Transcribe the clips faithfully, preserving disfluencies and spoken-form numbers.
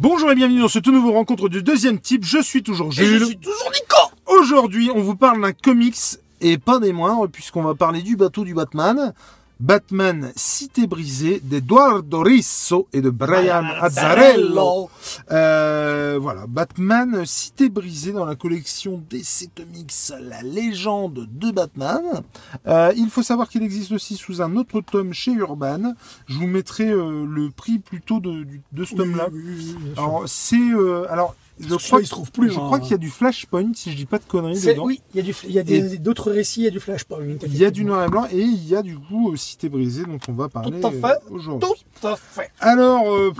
Bonjour et bienvenue dans ce tout nouveau rencontre du deuxième type. Je suis toujours Jules. Et je suis toujours Nico. Aujourd'hui, on vous parle d'un comics et pas des moindres, puisqu'on va parler du bateau du Batman. Batman Cité brisée d'Edoardo Risso et de Brian Azzarello. Euh, voilà, Batman Cité brisée dans la collection D C Comics, la légende de Batman. Euh, il faut savoir qu'il existe aussi sous un autre tome chez Urban. Je vous mettrai euh, le prix plutôt de, de, de ce tome-là. Oui, oui, oui, bien sûr. Alors c'est euh, alors. Je crois, il se trouve plus, je hein. crois qu'il y a du Flashpoint, si je dis pas de conneries C'est- dedans. Oui, il y a, du, il y a des- d'autres récits, il y a du Flashpoint. Il y a du noir et blanc et il y a du coup euh, Cité brisée dont on va parler Tout à fait. euh, aujourd'hui. Tout à fait. Alors, euh...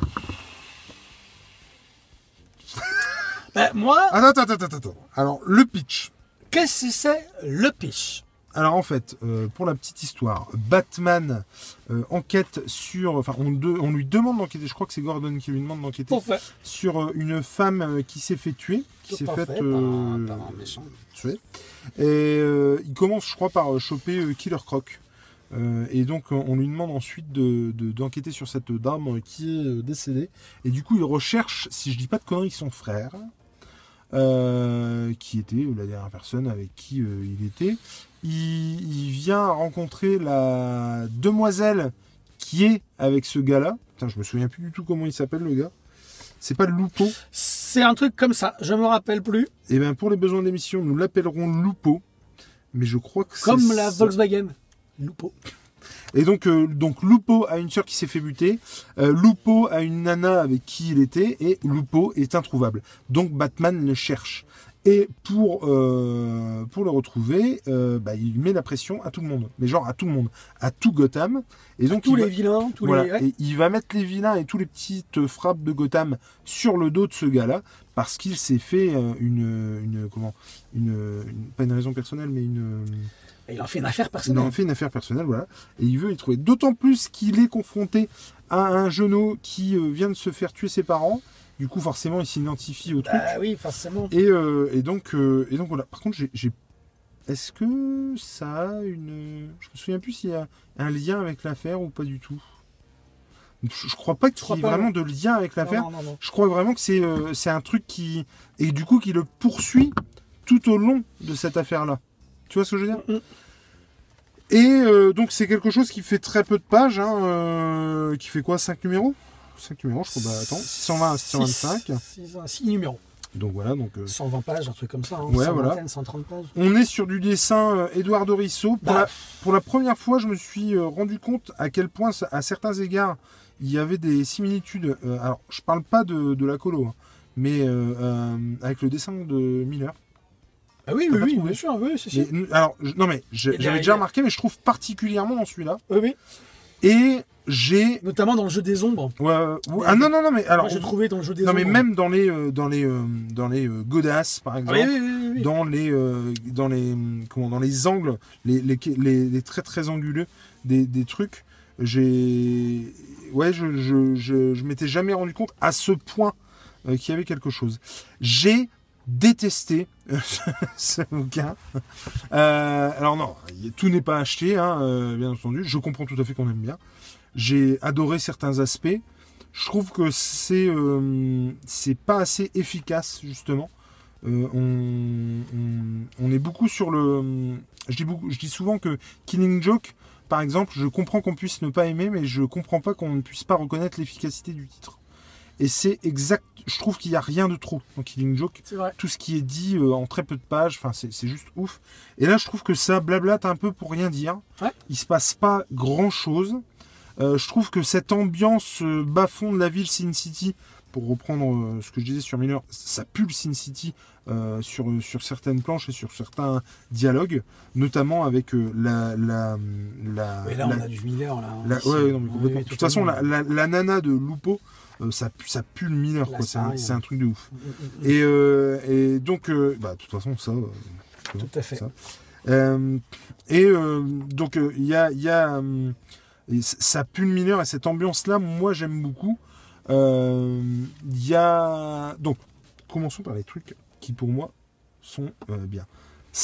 Ben, moi, attends, attends, attends, attends. Alors, le pitch. qu'est-ce que c'est le pitch? Alors en fait, euh, pour la petite histoire, Batman euh, enquête sur, enfin on, de- on lui demande d'enquêter, je crois que c'est Gordon qui lui demande d'enquêter Tout à fait. sur euh, une femme euh, qui s'est fait tuer, qui Tout s'est à faite fait, par un- par un méchant. tuer. Et euh, il commence, je crois, par euh, choper euh, Killer Croc. Euh, et donc euh, on lui demande ensuite de, de- d'enquêter sur cette dame euh, qui est euh, décédée. Et du coup il recherche, si je dis pas de conneries, son frère. Euh, qui était la dernière personne avec qui euh, il était. Il, il vient rencontrer la demoiselle qui est avec ce gars-là. Putain, je me souviens plus du tout comment il s'appelle le gars. C'est pas Lupo. C'est un truc comme ça, je me rappelle plus. Et bien pour les besoins d'émission, nous l'appellerons Lupo. Mais je crois que c'est Comme la ça. Volkswagen. Lupo. Et donc, euh, donc Lupo a une sœur qui s'est fait buter. Euh, Lupo a une nana avec qui il était. Et Lupo est introuvable. Donc Batman le cherche. Et pour, euh, pour le retrouver, euh, bah, il met la pression à tout le monde. Mais genre à tout le monde. À tout Gotham. Et donc, Tous il les va- vilains, tous voilà. les. Ouais. Et il va mettre les vilains et tous les petites frappes de Gotham sur le dos de ce gars-là. Parce qu'il s'est fait euh, une, une. Comment une, une- Pas une raison personnelle, mais une. Il en fait une affaire Il personnelle. en fait une affaire personnelle, voilà. Et il veut y trouver. D'autant plus qu'il est confronté à un genou qui euh, vient de se faire tuer ses parents. Du coup, forcément, il s'identifie au truc. Ah oui, forcément. Et, euh, et donc, euh, et donc voilà. Par contre, j'ai, j'ai- est-ce que ça a une. Je me souviens plus s'il y a un lien avec l'affaire ou pas du tout. Je, je crois pas qu'il crois y ait pas, vraiment non. de lien avec l'affaire. Non, non, non. Je crois vraiment que c'est, euh, c'est un truc qui. Et du coup, qui le poursuit tout au long de cette affaire-là. Tu vois ce que je veux dire? Mm, mm. Et euh, donc c'est quelque chose qui fait très peu de pages, hein, euh, qui fait quoi, cinq numéros cinq numéros, je crois, bah attends, six cent vingt à six cent vingt-cinq. six numéros. Donc voilà, donc euh, cent vingt pages, un truc comme ça. Hein. Ouais, cent vingt, voilà. cent trente pages. on est sur du dessin euh, Edoardo Risso. Pour, Bah. la, pour la première fois, je me suis euh, rendu compte à quel point, ça- à certains égards, il y avait des similitudes. Euh, alors, je parle pas de, de la colo, hein, mais euh, euh, avec le dessin de Miller. Ah oui, T'as oui, pas oui, trouvé bien sûr, oui, c'est Mais, sûr. n- alors, je- non mais je- Et là, j'avais il déjà y a- remarqué, mais je trouve particulièrement dans celui-là. Oui, oui. Et j'ai Notamment dans le jeu des ombres. Ouais, ouais, ah non non non mais alors Moi, j'ai trouvé dans le jeu des non ombres. mais même dans les euh, dans les euh, dans les euh, godasses par Ah exemple, oui, oui, oui, oui. dans les euh, dans les hum, comment dans les angles, les les, les, les traits très anguleux des, des trucs, j'ai ouais je je je, je m'étais jamais rendu compte à ce point euh, qu'il y avait quelque chose. J'ai détesté euh, ce bouquin. Euh, alors non, y- tout n'est pas acheté, hein, euh, bien entendu. Je comprends tout à fait qu'on aime bien. J'ai adoré certains aspects. Je trouve que c'est euh, c'est pas assez efficace justement. Euh, on, on, on est beaucoup sur le. Je dis beaucoup, je dis souvent que Killing Joke, par exemple, je comprends qu'on puisse ne pas aimer, mais je comprends pas qu'on ne puisse pas reconnaître l'efficacité du titre. Et c'est exact. Je trouve qu'il n'y a rien de trop dans Killing Joke. C'est vrai. Tout ce qui est dit euh, en très peu de pages, enfin c'est c'est juste ouf. Et là, je trouve que ça blablate un peu pour rien dire. Ouais. Il se passe pas grand chose. Euh, je trouve que cette ambiance euh, bas-fond de la ville Sin City, pour reprendre euh, ce que je disais sur Miller, ça pue le Sin City euh, sur, sur certaines planches et sur certains dialogues, notamment avec euh, la, la, la, Mais là, la- on a du Miller, là. la- ici. ouais, ouais, non, mais Oui, complètement. oui, De toute façon, la, totalement. la, la nana de Lupo, euh, ça, pue- ça pue le Miller, Là, quoi. c'est C'est un, pareil, c'est hein. un truc de ouf. Mm, mm, mm. Et, euh, et donc, euh, bah, de toute façon, ça. euh, Tout à fait. ça. Euh, et euh, donc, euh, il y a. il y a euh, et c- ça pue le Miller et cette ambiance-là, moi, j'aime beaucoup. Euh, Il y a. Donc, commençons par les trucs qui, pour moi, sont euh, bien. Ça,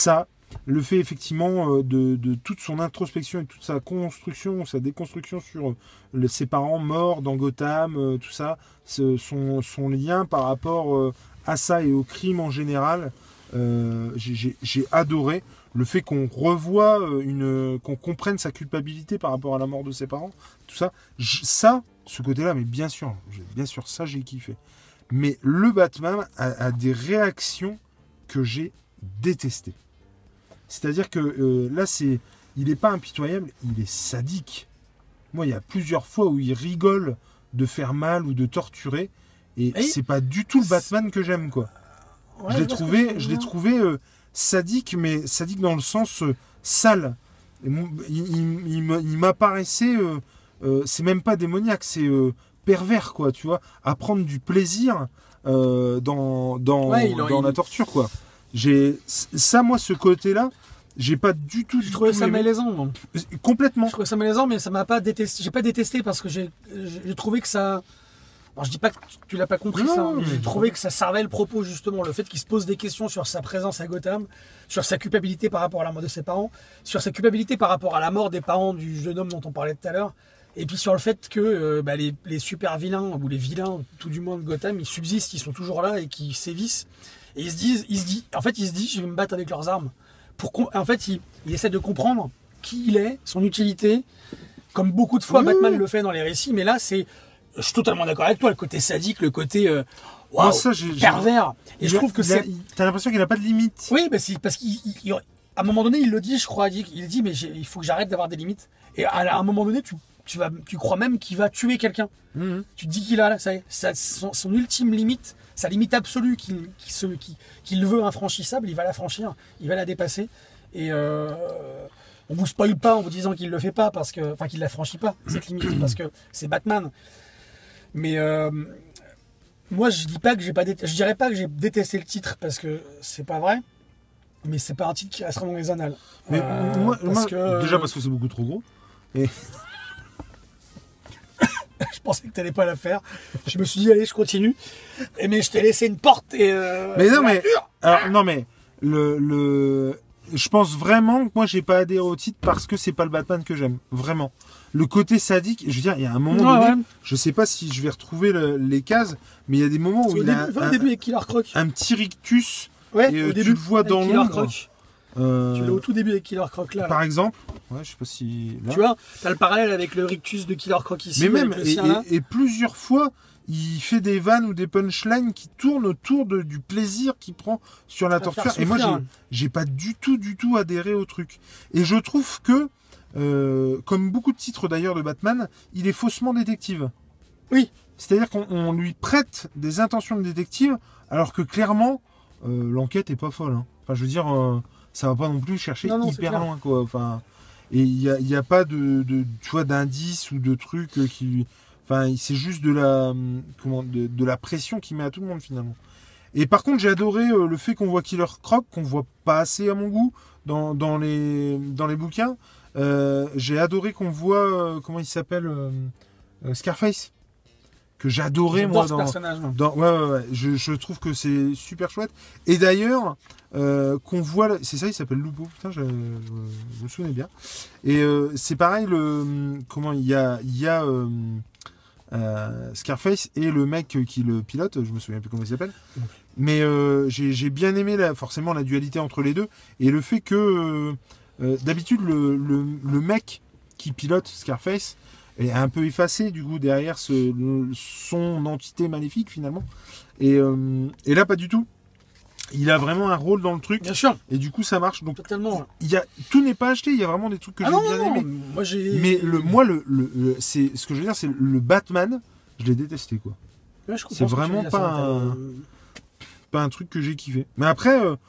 le fait effectivement euh, de, de toute son introspection et toute sa construction, sa déconstruction sur le, ses parents morts dans Gotham, euh, tout ça, ce, son, son lien par rapport euh, à ça et au crime en général, euh, j'ai adoré. Le fait qu'on revoie une, qu'on comprenne sa culpabilité par rapport à la mort de ses parents, tout ça, ça, ce côté-là, mais bien sûr, bien sûr, ça j'ai kiffé. Mais le Batman a, a des réactions que j'ai détestées. C'est-à-dire que euh, là, c'est, il n'est pas impitoyable, il est sadique. Moi, il y a plusieurs fois où il rigole de faire mal ou de torturer, et, et c'est pas du tout le Batman que j'aime, quoi. Ouais, je l'ai trouvé, je l'ai trouvé euh, sadique, mais sadique dans le sens euh, sale. Il, il, il, il m'apparaissait, euh, euh, c'est même pas démoniaque, c'est euh, pervers, quoi, tu vois, à prendre du plaisir euh, dans, dans, ouais, il, dans il... la torture, quoi. J'ai ça, moi, ce côté-là, j'ai pas du tout. Je trouvais ça malaisant, donc. Complètement. Je trouvais ça malaisant, mais ça m'a pas détesté. J'ai pas détesté parce que j'ai trouvé que ça. Alors, je dis pas que tu l'as pas compris, non, ça, mais j'ai trouvé que ça servait le propos, justement, le fait qu'il se pose des questions sur sa présence à Gotham, sur sa culpabilité par rapport à la mort de ses parents, sur sa culpabilité par rapport à la mort des parents du jeune homme dont on parlait tout à l'heure, et puis sur le fait que euh, bah, les, les super vilains, ou les vilains, tout du moins de Gotham, ils subsistent, ils sont toujours là et qui sévissent, et ils se disent, ils se disent, en fait, ils se disent, je vais me battre avec leurs armes. Pour en fait, il, il essaie de comprendre qui il est, son utilité, comme beaucoup de fois oui. Batman le fait dans les récits, mais là, c'est... Je suis totalement d'accord avec toi, le côté sadique, le côté euh, wow, Moi, ça, pervers. Et je trouve que c'est. T'as l'impression qu'il n'a pas de limite. Oui, bah parce qu'à un moment donné, il le dit, je crois, il dit, mais il faut que j'arrête d'avoir des limites. Et à un moment donné, tu, tu, vas, tu crois même qu'il va tuer quelqu'un. Mmh. Tu te dis qu'il a, ça, ça, son, son ultime limite, sa limite absolue, qu'il qu'il qu'il veut infranchissable, il va la franchir, il va la dépasser. Et euh, on vous spoil pas en vous disant qu'il le fait pas, parce que, enfin, qu'il la franchit pas, cette limite, parce que c'est Batman. Mais euh, moi, je dis pas que j'ai pas dé... je dirais pas que j'ai détesté le titre parce que c'est pas vrai, mais c'est pas un titre qui restera dans les annales. Mais euh, moi, parce moi que... déjà parce que c'est beaucoup trop gros. Et... je pensais que t'allais pas la faire. Je me suis dit allez, je continue. Et mais je t'ai laissé une porte et. Euh, mais non mais, alors, non mais le le. Je pense vraiment que moi j'ai pas adhéré au titre parce que c'est pas le Batman que j'aime, vraiment. Le côté sadique, je veux dire, il y a un moment ouais, donné, ouais. je sais pas si je vais retrouver le, les cases, mais il y a des moments où il début, a un, au début avec Killer Croc. un petit rictus ouais, et au tu début, le vois dans l'ombre. Euh... Tu l'as au tout début avec Killer Croc là. Par là. exemple, ouais, je sais pas si. Là. Tu vois, t'as le parallèle avec le rictus de Killer Croc ici. Mais même et, et, et plusieurs fois. Il fait des vannes ou des punchlines qui tournent autour de, du plaisir qu'il prend sur la torture. Et moi, j'ai pas du tout, du tout adhéré au truc. Et je trouve que, euh, comme beaucoup de titres d'ailleurs de Batman, il est faussement détective. Oui. C'est-à-dire qu'on lui prête des intentions de détective, alors que clairement, euh, l'enquête est pas folle. Hein. Enfin, je veux dire, euh, ça va pas non plus chercher non, non, hyper loin, quoi. Enfin, et il y a, y a pas de, de tu vois, d'indices ou de trucs qui Enfin, c'est juste de la, comment, de, de la pression qu'il met à tout le monde finalement. Et par contre, j'ai adoré euh, le fait qu'on voit Killer Croc, qu'on voit pas assez à mon goût dans, dans, les, dans les bouquins. Euh, j'ai adoré qu'on voit, euh, comment il s'appelle, euh, euh, Scarface, que j'ai adoré moi dans, dans ouais, ouais, ouais, je, je trouve que c'est super chouette. Et d'ailleurs, euh, qu'on voit, c'est ça, il s'appelle Lupo, putain, je, je, je me souvenais bien. Et euh, c'est pareil, le, comment il y a, il y a euh, Euh, Scarface et le mec qui le pilote, je me souviens plus comment il s'appelle, mais euh, j'ai bien aimé la, forcément la dualité entre les deux et le fait que euh, d'habitude le, le, le mec qui pilote Scarface est un peu effacé du coup derrière ce, le, son entité maléfique finalement et, euh, et là pas du tout. Il a vraiment un rôle dans le truc. Bien sûr. Et du coup, ça marche. Donc, totalement. Il y a, tout n'est pas acheté. Il y a vraiment des trucs que ah j'ai bien aimé. Moi, j'ai. Mais le, moi, le, le, le c'est ce que je veux dire, c'est le Batman. Je l'ai détesté, quoi. Ouais, c'est vraiment pas un, pas un truc que j'ai kiffé. Mais après, euh,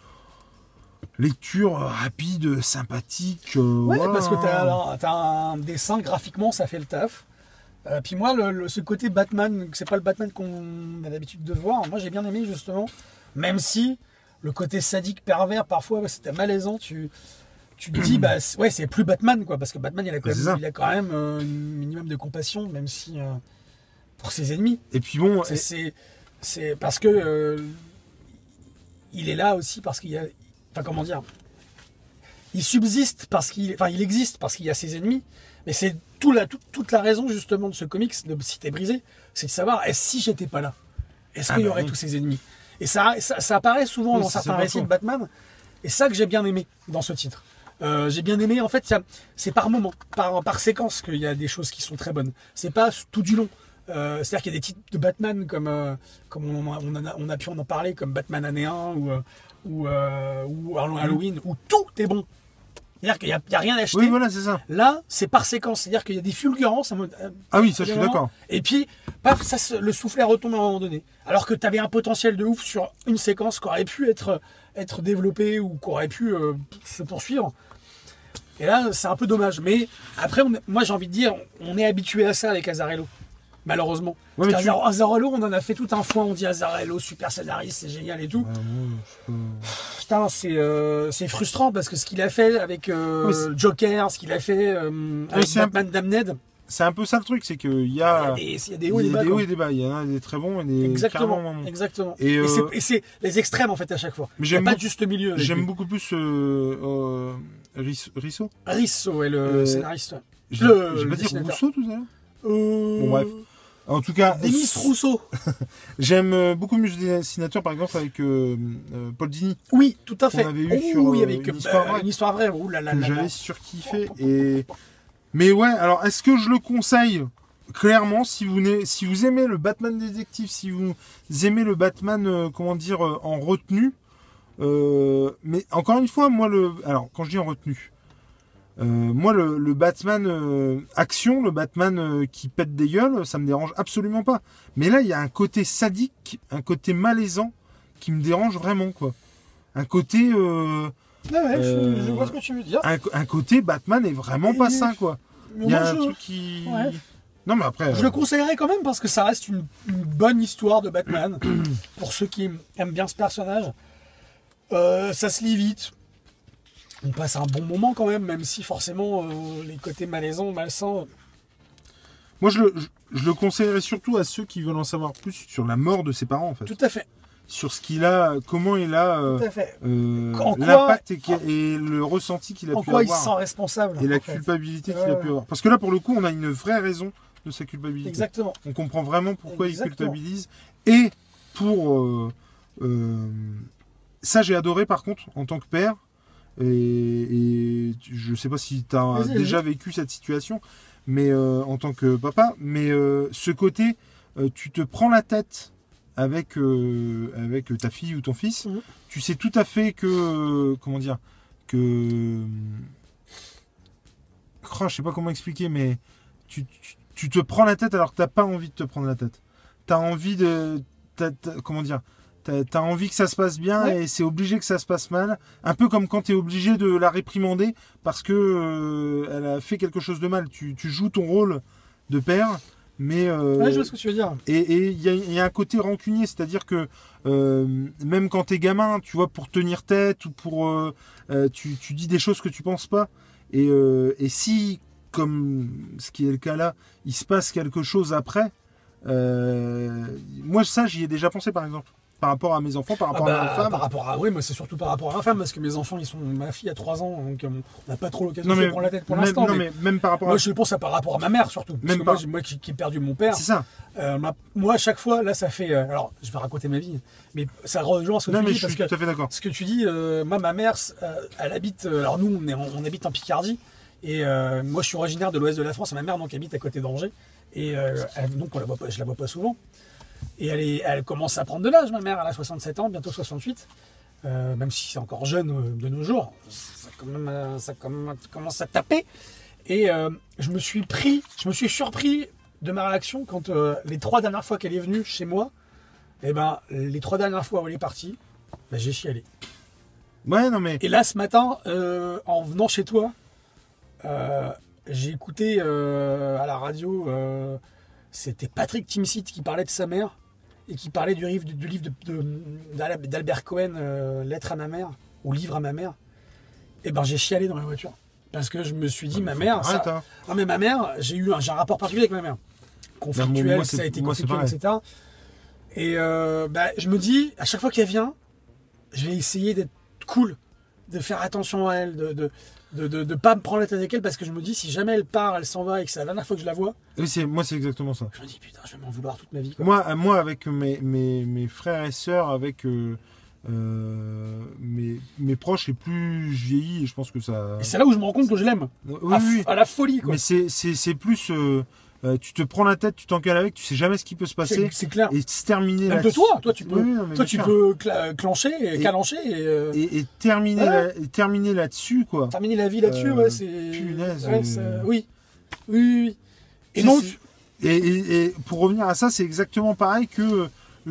lecture rapide, sympathique. Euh, ouais, voilà. Parce que t'as as un dessin graphiquement, ça fait le taf. Euh, puis moi, le, le, ce côté Batman, c'est pas le Batman qu'on a l'habitude de voir. Moi, j'ai bien aimé justement, même si. Le côté sadique, pervers, parfois, ouais, c'était malaisant. Tu, tu te dis, bah, ouais, c'est plus Batman, quoi. Parce que Batman, il a quand même, il a quand même euh, un minimum de compassion, même si. Euh, pour ses ennemis. Et puis bon. C'est et... parce que. Euh, il est là aussi parce qu'il y a. Enfin, comment dire. il subsiste parce qu'il, enfin, il existe parce qu'il y a ses ennemis. Mais c'est tout la, tout, toute la raison justement de ce comics de Cité brisée, c'est de savoir est-ce si j'étais pas là, est-ce Ah qu'il y bah aurait oui. tous ces ennemis. Et ça, ça, ça apparaît souvent Oui, dans c'est- certains c'est pas récits faux. de Batman. Et ça que j'ai bien aimé dans ce titre. Euh, j'ai bien aimé, en fait, il y a- c'est par moment, par, par séquence qu'il y a des choses qui sont très bonnes. C'est pas tout du long. Euh, c'est-à-dire qu'il y a des titres de Batman comme, euh, comme on, on, en a, on a pu en parler, comme Batman année un ou, euh, ou, euh, ou Halloween, où tout est bon. C'est-à-dire qu'il n'y a, il y a rien à acheter. Oui, voilà, c'est ça. Là, c'est par séquence. C'est-à-dire qu'il y a des fulgurances. en mode, euh, Ah oui, ça, je suis vraiment. d'accord. Et puis, paf, ça, se- le soufflet retombe à un moment donné. Alors que tu avais un potentiel de ouf sur une séquence qui aurait pu être, être développée ou qui aurait pu euh, se poursuivre. Et là, c'est un peu dommage. Mais après, on est- moi, j'ai envie de dire, on est habitué à ça avec Azzarello. Malheureusement. Ouais, Parce mais tu- qu'Azzar- Azzarello, on en a fait tout un foin. On dit Azzarello, super scénariste, c'est génial et tout. Ah, moi, je peux- Putain, c'est euh, c'est frustrant parce que ce qu'il a fait avec euh, Oui, c'est- Joker, ce qu'il a fait euh, avec c'est un- Batman Damned, C'est un peu ça le truc, c'est qu'il y il y a, a des, il y a des il hauts et y des a bas. des hauts quoi. et des bas. Il y en a des très bons et des Exactement, carrément moins bons. exactement. Et, Et, euh, c'est- et c'est les extrêmes en fait à chaque fois. Mais Il n'y a j'aime pas de beaucoup- juste milieu. avec J'aime lui. beaucoup plus euh, euh, Riss- Risso. Risso est le Euh, scénariste. J'ai Le- j'ai le pas dit dessinateur. Rousseau tout à l'heure. Euh... Bon, bref. En tout cas, Denis Rousseau. j'aime euh, beaucoup mieux le dessinateur par exemple avec euh, euh, Paul Dini Oui, tout à fait. avait eu Oh, sur, oui, euh, avec une histoire euh, vraie. une histoire vraie. Ouh là là que là là. j'avais surkiffé. Et... Mais ouais, alors est-ce que je le conseille? Clairement, si vous, n'aimez- si vous aimez le Batman détective, si vous aimez le Batman, euh, comment dire, euh, en retenue, euh, mais encore une fois, moi, le, alors quand je dis en retenue, euh, moi, le, le Batman euh, action, le Batman euh, qui pète des gueules, ça me dérange absolument pas. Mais là, il y a un côté sadique, un côté malaisant qui me dérange vraiment, quoi. Un côté, euh, Ah ouais, je- Euh, je, vois ce que tu veux dire. un, un côté Batman est vraiment pas sain, quoi. Mais Il y a moi, un je- truc qui. Ouais. Non, mais après. Je euh, le conseillerais quand même parce que ça reste une, une bonne histoire de Batman. Pour ceux qui aiment bien ce personnage, Euh, ça se lit vite. On passe un bon moment quand même, même si forcément euh, les côtés malaisants, malsains. Moi, je le, je, je le conseillerais surtout à ceux qui veulent en savoir plus sur la mort de ses parents, en fait. Tout à fait, Sur ce qu'il a, comment il a. euh, tout à fait. euh, En quoi- l'impact et, qu'il- et le ressenti qu'il a En pu quoi il se avoir. sent responsable Et la en fait. culpabilité qu'il Ouais, a pu ouais. avoir. Parce que là, pour le coup, on a une vraie raison de sa culpabilité. Exactement. On comprend vraiment pourquoi Exactement. il culpabilise. Et pour. euh, euh, ça, j'ai adoré par contre, en tant que père. Et, et tu- je sais pas si tu as Vas-y, déjà vécu cette situation, mais euh, en tant que papa, mais euh, ce côté, euh, tu te prends la tête avec, euh, avec ta fille ou ton fils, Mhm. tu sais tout à fait que. euh, comment dire Que. Oh, je sais pas comment expliquer, mais tu, tu, tu te prends la tête alors que t'as pas envie de te prendre la tête. T'as envie de. t'as- t'as- comment dire T'as as envie que ça se passe bien Ouais. et c'est obligé que ça se passe mal. Un peu comme quand t'es obligé de la réprimander parce que euh, elle a fait quelque chose de mal. Tu, tu joues ton rôle de père, mais. euh, Ouais, je vois ce que tu veux dire. et et il y, a- il y a un côté rancunier, c'est-à-dire que euh, même quand t'es gamin, tu vois, pour tenir tête ou pour. euh, euh, tu, tu dis des choses que tu penses pas. Et, euh, et si, comme ce qui est le cas là, il se passe quelque chose après, euh, moi ça j'y ai déjà pensé par exemple. Par rapport à mes enfants, par Ah rapport bah, à ma femme. par rapport à oui, moi c'est surtout par rapport à ma femme parce que mes enfants ils sont ma fille a trois ans donc euh, on n'a pas trop l'occasion Non, de se mais prendre la tête pour même, l'instant. non, mais mais même par rapport Moi à. je pense à par rapport à ma mère surtout. Parce Même que moi, pas. j'ai- moi qui, qui ai perdu mon père. C'est ça. Euh, ma- moi, à chaque fois, là, ça fait. euh, alors, je vais raconter ma vie, mais ça rejoint ce que Non, tu mais dis je parce suis que tout à fait d'accord. ce que tu dis, euh, moi, ma mère, euh, elle habite. euh, alors, nous, on, est en- on habite en Picardie, et euh, moi, je suis originaire de l'ouest de la France. Et ma mère, donc, habite à côté d'Angers, et euh, elle- donc, on la voit pas, je la vois pas souvent. Et elle, est, elle commence à prendre de l'âge, ma mère. Elle a soixante-sept ans, bientôt soixante-huit. Euh, même si c'est encore jeune euh, de nos jours, ça, quand même, euh, ça comm- commence à taper. Et euh, je me suis pris, je me suis surpris de ma réaction quand euh, les trois dernières fois qu'elle est venue chez moi, et ben les trois dernières fois où elle est partie, ben, j'ai chialé. Ouais, non mais. Et là ce matin, euh, en venant chez toi, euh, j'ai écouté euh, à la radio, euh, c'était Patrick Timsit qui parlait de sa mère et qui parlait du livre, du livre de- de- d'Al- d'Albert Cohen, euh, Lettre à ma mère, ou Livre à ma mère. Et ben j'ai chialé dans la voiture. Parce que je me suis dit, ma mère, ça... Arrête, hein. Non mais ma mère, j'ai eu un, j'ai un rapport particulier avec ma mère. Conflictuel, moi, c'est- ça a été moi, c'est conflictuel, pareil. et cetera. Et euh, bah, je me dis, à chaque fois qu'elle vient, je vais essayer d'être cool. de faire attention à elle, de de, de, de, de pas me prendre la tête avec elle, parce que je me dis, si jamais elle part, elle s'en va et que c'est la dernière fois que je la vois, Et c'est, moi, c'est exactement ça. je me dis, putain, je vais m'en vouloir toute ma vie. Quoi. Moi, moi, avec mes, mes, mes frères et sœurs, avec euh, euh, mes, mes proches, et plus je vieillis, et je pense que ça. Et c'est là où je me rends compte que je l'aime. Oui, à, oui. à la folie, quoi. Mais c'est, c'est, c'est plus. Euh, euh, tu te prends la tête, tu t'engueules avec, tu sais jamais ce qui peut se passer. C'est, c'est clair. Et se terminer Même là. de toi, toi tu peux, Oui, non, mais toi bien tu sûr. peux cla- clencher, et, Et- calancher et, euh, Et, et terminer, Ouais. là, et terminer là-dessus, quoi. terminer la vie là-dessus, Euh, ouais, c'est. punaise, ouais, euh, c'est- Oui. Oui, oui, oui. Et C'est- donc, c'est- Et, et- et pour revenir à ça, c'est exactement pareil que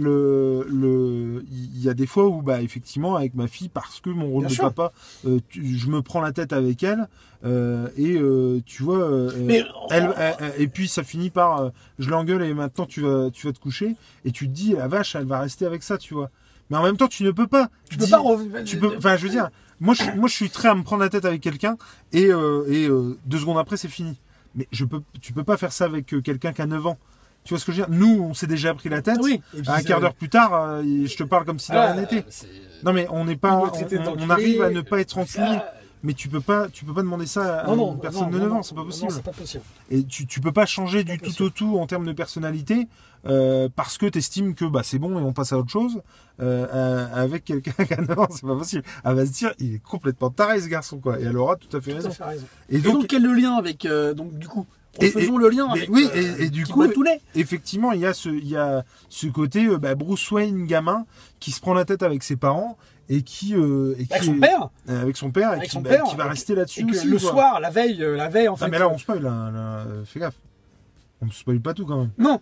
le, le, il y a des fois où, bah, effectivement, avec ma fille, parce que mon rôle Bien de sûr. papa, euh, tu- je me prends la tête avec elle, euh, et euh, tu vois, euh, mais elle, elle- elle- et puis ça finit par, euh, je l'engueule et maintenant tu vas, tu vas te coucher, et tu te dis, la vache, elle va rester avec ça, tu vois. Mais en même temps, tu ne peux pas. tu peux Dis- pas revenir. tu peux, enfin, je veux dire, moi, je, moi, je suis prêt à me prendre la tête avec quelqu'un, et, euh, et euh, deux secondes après, c'est fini. Mais je peux, tu peux pas faire ça avec euh, quelqu'un qui a neuf ans. Tu vois ce que je veux dire? Nous, on s'est déjà pris la tête. Oui. Et puis, Un quart euh, d'heure plus tard, euh, je te parle comme si de voilà, rien n'était. c'est- Non, mais on n'est pas, Il me on, traitait on- d'enculé. on arrive à ne pas être enculé. Ah, Mais tu peux pas, tu peux pas demander ça à non, non, une personne non, de non, neuf non, ans, c'est pas non, possible. c'est pas possible. Et tu, tu peux pas changer du pas tout possible. au tout en termes de personnalité euh, parce que tu estimes que bah, c'est bon et on passe à autre chose euh, euh, avec quelqu'un qui a neuf ans, c'est pas possible. Elle va se dire, il est complètement taré ce garçon, quoi. Et elle aura tout à fait Tout raison. à fait raison. Et Et donc, donc, quel est le lien avec, euh, donc du coup, Et- faisons et- le lien mais avec. oui, euh, et- et du Kim coup, Batoulay. effectivement, il y a ce, il y a ce côté euh, bah, Bruce Wayne gamin qui se prend la tête avec ses parents et qui, euh, et qui avec son est- père. euh, avec son père et Avec qui, son bah, père, qui va et- rester là-dessus Et que aussi. le quoi. soir, la veille, euh, la veille en fait. Ah, mais là, on spoil, là, là, euh, fais gaffe. On ne spoil pas tout quand même. Non.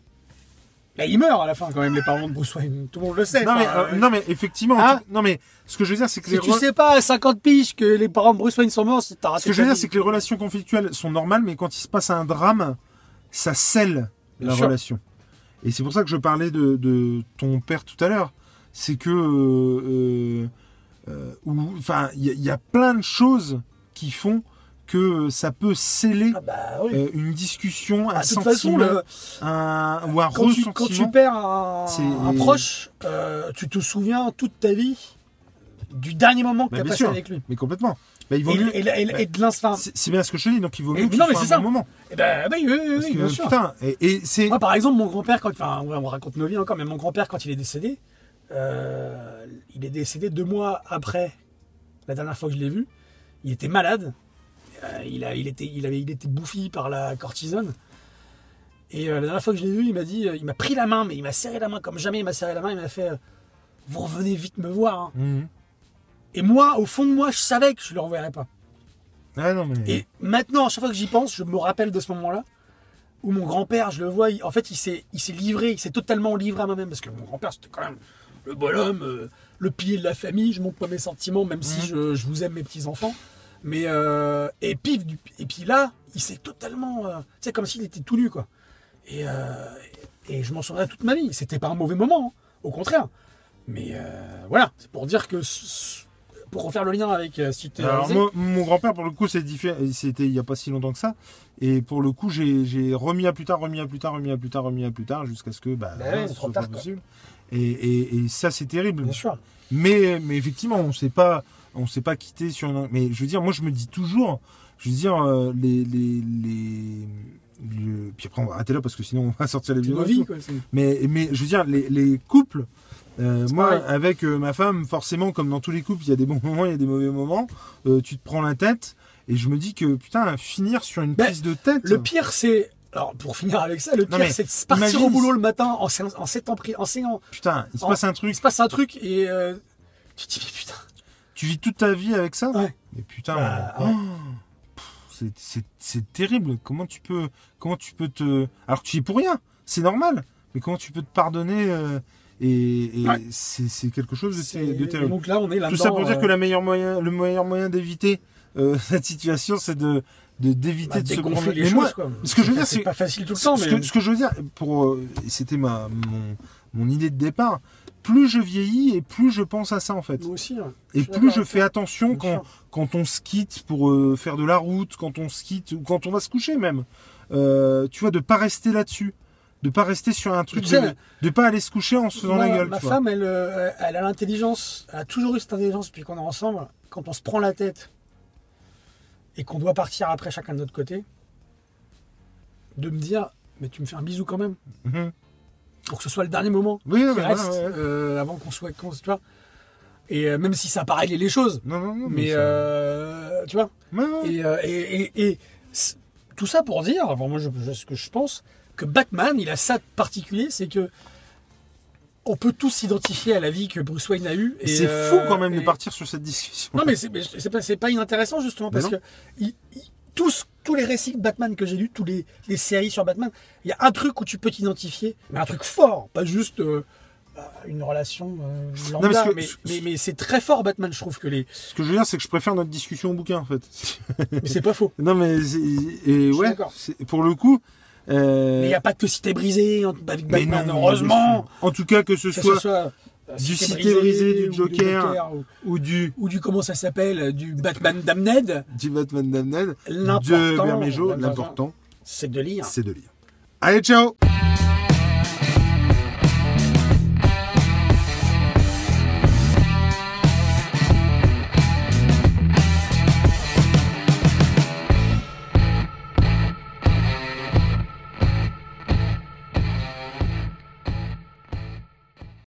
Là, il meurt à la fin quand même, les parents de Bruce Wayne. Tout le monde le sait. Non mais, enfin, euh, euh, non mais effectivement, Hein tu- non mais ce que je veux dire c'est que Si les tu re- sais pas à cinquante piges que les parents de Bruce Wayne sont morts, c'est t'as raté ce que je veux ta dire vie. c'est que les relations conflictuelles sont normales, mais quand il se passe un drame, ça scelle Bien la sûr. relation. Et c'est pour ça que je parlais de, de ton père tout à l'heure. C'est que, euh, euh, où- enfin, il y, a- il y a plein de choses qui font que ça peut sceller Ah bah oui. euh, une discussion, un Ah, de toute sentiment, façon, le, un, ou un quand, tu, ressentiment. quand tu perds un, C'est- un proche, euh, tu te souviens toute ta vie du dernier moment que Bah, tu as bien passé sûr. avec lui. Mais complètement. Bah, il vaut Et, mieux. et, et- bah, et de l'instinct. C'est c'est bien ce que je te dis, donc il vaut Et- mieux que non, ce mais soit c'est un ça. bon moment. Eh ben, bah oui, oui, oui, Parce oui, que, bien sûr. putain, et, et c'est. Moi, par exemple, mon grand-père, quand, enfin, on on raconte nos vies encore, mais mon grand-père, quand il est décédé, euh, il est décédé deux mois après la dernière fois que je l'ai vu. Il était malade. Euh, il, a, il, était, il, avait, il était bouffi par la cortisone. Et euh, la dernière fois que je l'ai vu, il m'a dit, euh, il m'a pris la main, mais il m'a serré la main comme jamais. Il m'a serré la main, il m'a fait, euh, vous revenez vite me voir. hein. Mhm. Et moi, au fond de moi, je savais que je le reverrais pas. Ah non, mais. Et maintenant, à chaque fois que j'y pense, je me rappelle de ce moment-là où mon grand-père, je le vois, il- en fait, il s'est, il s'est livré, il s'est totalement livré à moi-même parce que mon grand-père, c'était quand même le bonhomme, euh, le pilier de la famille. Je montre pas mes sentiments, même si Mhm. je, je vous aime, mes petits-enfants. Mais, euh, et, pif, du- et puis là, il s'est totalement. euh, tu sais, comme s'il était tout nu, quoi. Et, euh, et je m'en souviendrai toute ma vie. C'était pas un mauvais moment, hein, au contraire. Mais euh, voilà, c'est pour dire que. c- c- Pour refaire le lien avec euh, si tu t'es Alors, réalisé. moi, mon grand-père, pour le coup, c'est différent. C'était il n'y a pas si longtemps que ça. Et pour le coup, j'ai j'ai remis à plus tard, remis à plus tard, remis à plus tard, remis à plus tard, jusqu'à ce que bah, Bah voilà, ouais, ce trop soit tard, pas quoi. possible. Et, et, et ça, c'est terrible. Bien sûr. Mais, mais effectivement, on s'est pas, on s'est pas quitté sur. Une... Mais je veux dire, moi, je me dis toujours, je veux dire, euh, les, les, les, le- puis après, on va arrêter là parce que sinon, on va sortir les C'est vidéos. ma vie, quoi. c'est- Mais, mais je veux dire, les, les couples, euh, C'est moi, pareil. avec euh, ma femme, forcément, comme dans tous les couples, il y a des bons moments, il y a des mauvais moments. Euh, tu te prends la tête et je me dis que, putain, finir sur une Ben, prise de tête. Le pire, c'est. Alors, pour finir avec ça, le Non, pire, mais c'est de partir imagine- au boulot le matin en, séance- en s'étant pris, en séant. Putain, il se en- passe un Il truc. se passe un truc et euh, tu te dis, mais putain. Tu vis toute ta vie avec ça. Ouais. Mais putain, Bah, oh, ouais. pff, c'est- c'est c'est terrible. Comment tu peux, comment tu peux te. Alors que tu y es pour rien, c'est normal. Mais comment tu peux te pardonner euh, et, et Ouais. c'est c'est quelque chose de, C'est- ter- de terrible. Donc là, on est là Tout ça pour dire que la meilleure moyen, le meilleur moyen d'éviter euh, cette situation, c'est de de- d'éviter de se prendre. dégonfler les Mais choses, moi, quoi. ce que je veux dire, c'est c'est pas facile tout le temps, ce, mais. que, ce que je veux dire, pour euh, c'était ma mon, mon idée de départ. Plus je vieillis et plus je pense à ça en fait. Moi aussi. ouais. Et suis plus d'accord je avec fais toi. attention Bien quand, sûr. quand on se quitte pour euh, faire de la route, quand on se quitte ou quand on va se coucher même. Euh, tu vois, de pas rester là-dessus. de pas rester sur un truc, Tu sais, de, de pas aller se coucher en se faisant Moi, la gueule. Ma tu vois. femme, elle, euh, elle a l'intelligence, elle a toujours eu cette intelligence depuis qu'on est ensemble. Quand on se prend la tête et qu'on doit partir après chacun de notre côté, de me dire, mais tu me fais un bisou quand même, Mhm. pour que ce soit le dernier moment Oui, qui non, mais reste voilà, ouais. euh, avant qu'on soit, qu'on, tu vois. Et euh, même si ça paraît les choses, Non, non, non. mais ça- euh, tu vois. Ouais, ouais. Et, euh, et, et, et c- tout ça pour dire, enfin, moi, je, je- ce que je pense, que Batman, il a ça de particulier, c'est que on peut tous s'identifier à la vie que Bruce Wayne a eue. Et C'est euh, fou quand même de et- partir sur cette discussion. Non, mais c'est, mais c'est pas, c'est pas inintéressant justement Mais parce non. que il- il- tous, tous les récits de Batman que j'ai lus, tous les, les séries sur Batman, il y a un truc où tu peux t'identifier, mais un truc fort, pas juste euh, bah, une relation euh, lambda, parce que- mais, mais, mais c'est très fort Batman, je trouve que les. Ce que je veux dire, c'est que je préfère notre discussion au bouquin, en fait. Mais c'est pas faux. Non, mais c'est- et suis ouais, d'accord. c'est- pour le coup. euh, Mais il n'y a pas que Cité Brisée avec mais Batman, non, heureusement. En tout cas, que ce Que soit, ce soit euh, du Cité Brisée, du ou Joker, ou, ou du, ou du comment ça s'appelle, du Batman Damned, du Batman Damned, l'important, de Bermejo, l'important, l'important, c'est de lire. c'est de lire. Allez, ciao!